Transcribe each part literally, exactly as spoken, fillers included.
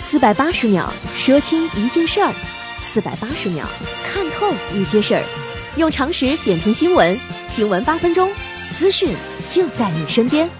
四百八十秒说清一件事儿，四百八十秒看透一些事儿，用常识点评新闻，新闻八分钟，资讯就在你身边。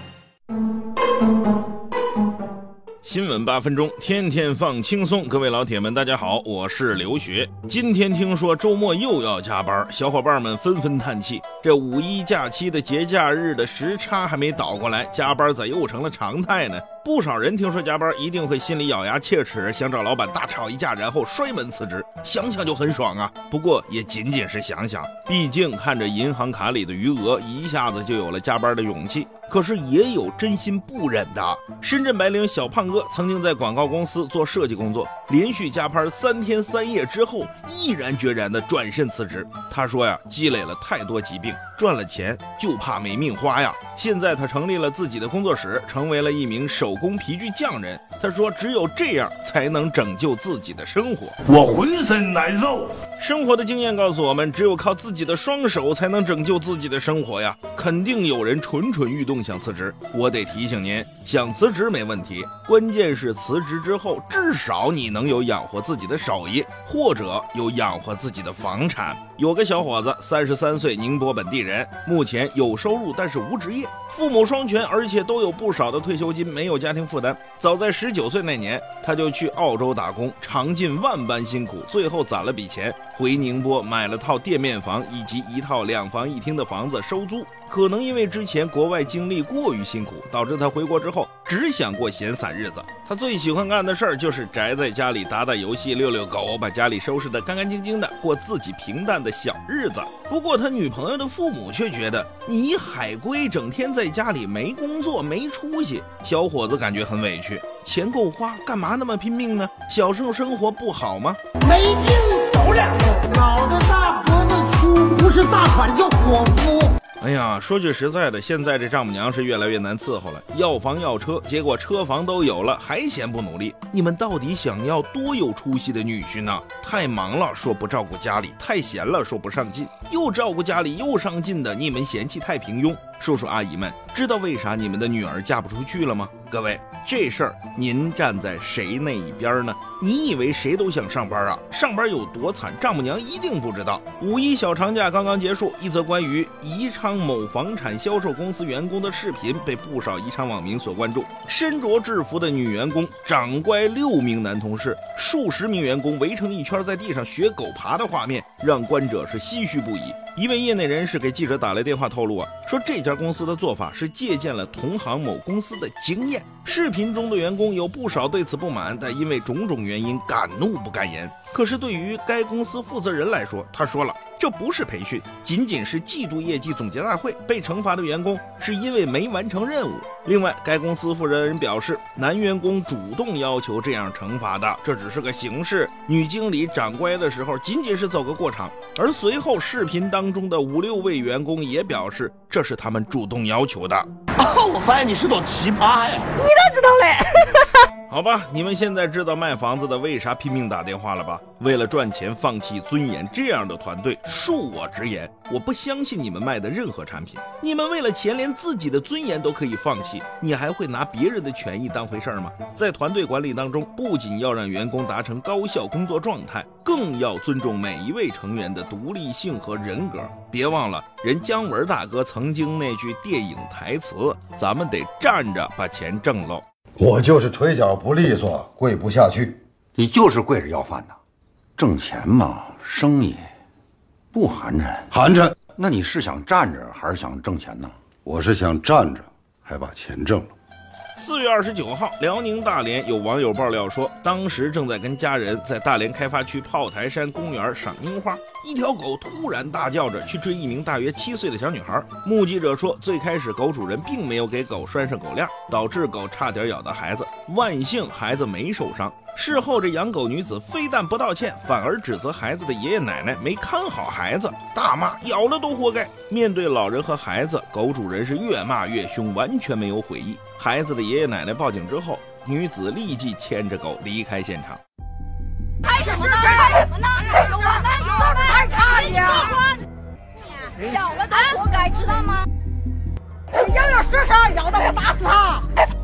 新闻八分钟，天天放轻松。各位老铁们大家好，我是刘学。今天听说周末又要加班，小伙伴们纷纷叹气，这五一假期的节假日的时差还没倒过来，加班咋又成了常态呢？不少人听说加班一定会心里咬牙切齿，想找老板大吵一架，然后摔门辞职，想想就很爽啊。不过也仅仅是想想，毕竟看着银行卡里的余额，一下子就有了加班的勇气。可是也有真心不忍的。深圳白领小胖哥曾经在广告公司做设计工作，连续加班三天三夜之后，毅然决然的转身辞职。他说呀，积累了太多疾病，赚了钱就怕没命花呀。现在他成立了自己的工作室，成为了一名手工皮具匠人。他说只有这样才能拯救自己的生活。 我浑身难受。 生活的经验告诉我们，只有靠自己的双手才能拯救自己的生活呀。肯定有人蠢蠢欲动想辞职，我得提醒您，想辞职没问题，关键是辞职之后至少你能有养活自己的手艺，或者有养活自己的房产。有个小伙子三十三岁，宁波本地人，目前有收入但是无职业，父母双全，而且都有不少的退休金，没有家庭负担。早在十九岁那年，他就去澳洲打工，尝尽万般辛苦，最后攒了笔钱，回宁波买了套店面房以及一套两房一厅的房子收租。可能因为之前国外经历过于辛苦，导致他回国之后只想过闲散日子。他最喜欢干的事儿就是宅在家里打打游戏，遛遛狗，把家里收拾得干干净净的，过自己平淡的小日子。不过他女朋友的父母却觉得，你海归整天在家里没工作没出息。小伙子感觉很委屈，钱够花，干嘛那么拼命呢？小时候生活不好吗？ 没病走两步，脑袋大脖子粗，不是大款叫伙夫。 哎呀，说句实在的，现在这丈母娘是越来越难伺候了，要房要车，结果车房都有了，还嫌不努力。你们到底想要多有出息的女婿呢？太忙了说不照顾家里，太闲了说不上进，又照顾家里又上进的，你们嫌弃太平庸。叔叔阿姨们，知道为啥你们的女儿嫁不出去了吗？各位，这事儿您站在谁那一边呢？你以为谁都想上班啊？上班有多惨，丈母娘一定不知道。五一小长假刚刚结束，一则关于宜昌某房产销售公司员工的视频被不少宜昌网民所关注。身着制服的女员工掌乖六名男同事，数十名员工围成一圈在地上学狗爬的画面，让观者是唏嘘不已。一位业内人士给记者打来电话透露啊，说这家公司的做法是借鉴了同行某公司的经验。视频中的员工有不少对此不满，但因为种种原因敢怒不敢言。可是对于该公司负责人来说，他说了，这不是培训，仅仅是季度业绩总结大会，被惩罚的员工是因为没完成任务。另外，该公司负责人表示，男员工主动要求这样惩罚的，这只是个形式，女经理长乖的时候仅仅是走个过场。而随后视频当中的五六位员工也表示，这是他们主动要求的。 哦，我发现你是朵奇葩呀！ 你咋知道嘞？ 好吧，你们现在知道卖房子的为啥拼命打电话了吧？为了赚钱放弃尊严，这样的团队恕我直言，我不相信你们卖的任何产品。你们为了钱连自己的尊严都可以放弃，你还会拿别人的权益当回事吗？在团队管理当中，不仅要让员工达成高效工作状态，更要尊重每一位成员的独立性和人格。别忘了人姜文大哥曾经那句电影台词，咱们得站着把钱挣喽。 我就是腿脚不利索，跪不下去。 你就是跪着要饭的，挣钱嘛，生意不寒碜。 寒碜？ 那你是想站着还是想挣钱呢？ 我是想站着，还把钱挣了。 四月二十九号，辽宁大连有网友爆料说，当时正在跟家人在大连开发区炮台山公园赏樱花，一条狗突然大叫着去追一名大约七岁的小女孩。目击者说，最开始狗主人并没有给狗拴上狗链，导致狗差点咬到孩子，万幸孩子没受伤。事后这养狗女子非但不道歉，反而指责孩子的爷爷奶奶没看好孩子，大骂咬了都活该。面对老人和孩子，狗主人是越骂越凶，完全没有悔意。孩子的爷爷奶奶报警之后，女子立即牵着狗离开现场。 开什么呢？开什么呢？我们有太看呀！咬了都活该，知道吗？ 你咬咬试试，咬的我打死他！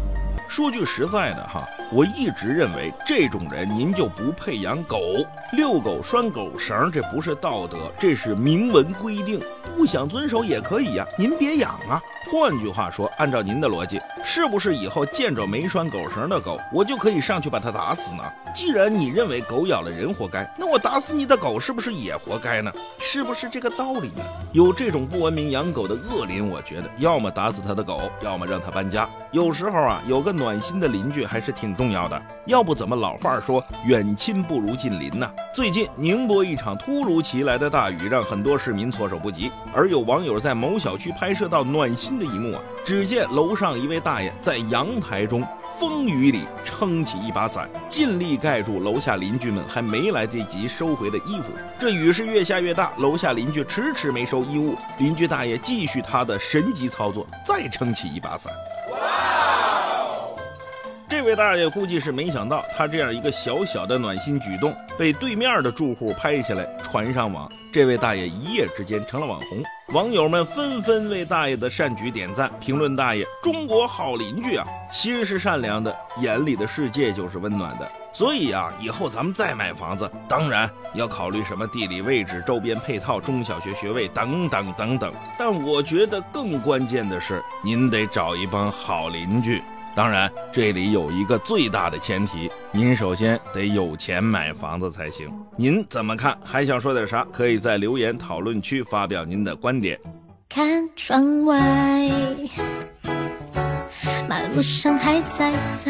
说句实在的哈，我一直认为这种人您就不配养狗。遛狗拴狗绳，这不是道德，这是明文规定，不想遵守也可以呀，您别养啊。换句话说，按照您的逻辑，是不是以后见着没拴狗绳的狗，我就可以上去把它打死呢？既然你认为狗咬了人活该，那我打死你的狗是不是也活该呢？是不是这个道理呢？有这种不文明养狗的恶邻，我觉得要么打死他的狗，要么让他搬家。有时候啊，有个暖心的邻居还是挺重要的，要不怎么老话说远亲不如近邻呢？最近宁波一场突如其来的大雨让很多市民措手不及，而有网友在某小区拍摄到暖心的一幕啊，只见楼上一位大爷在阳台中风雨里撑起一把伞，尽力盖住楼下邻居们还没来得及收回的衣服。这雨是越下越大，楼下邻居迟迟没收衣物，邻居大爷继续他的神级操作，再撑起一把伞。这位大爷估计是没想到，他这样一个小小的暖心举动被对面的住户拍下来传上网，这位大爷一夜之间成了网红，网友们纷纷为大爷的善举点赞，评论大爷中国好邻居啊，心是善良的，眼里的世界就是温暖的。所以啊，以后咱们再买房子，当然要考虑什么地理位置、周边配套、中小学学位等等等等，但我觉得更关键的是，您得找一帮好邻居。当然，这里有一个最大的前提，您首先得有钱买房子才行。您怎么看？还想说点啥？可以在留言讨论区发表您的观点。 看窗外，马路上还在塞，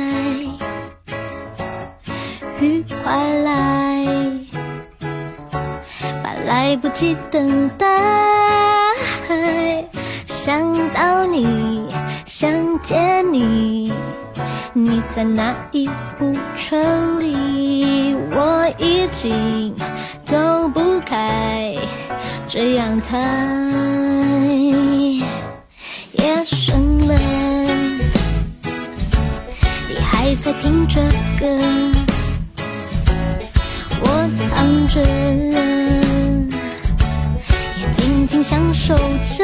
雨快来，把来不及等待。想到你，想见你，你在哪一部车里？我已经走不开这阳台。夜深了，你还在听着歌，我躺着也静静享受着。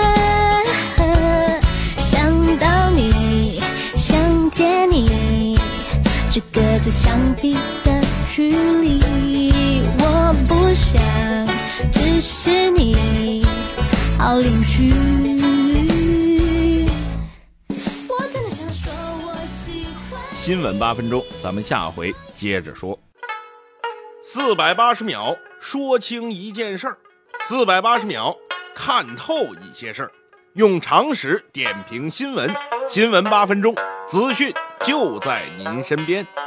想到你，想见你，只隔着墙壁的距离。我不想只是你好邻居。我真的想说我喜欢。 新闻八分钟，咱们下回接着说。四百八十秒说清一件事儿，四百八十秒看透一些事儿，用常识点评新闻。新闻八分钟，资讯就在您身边。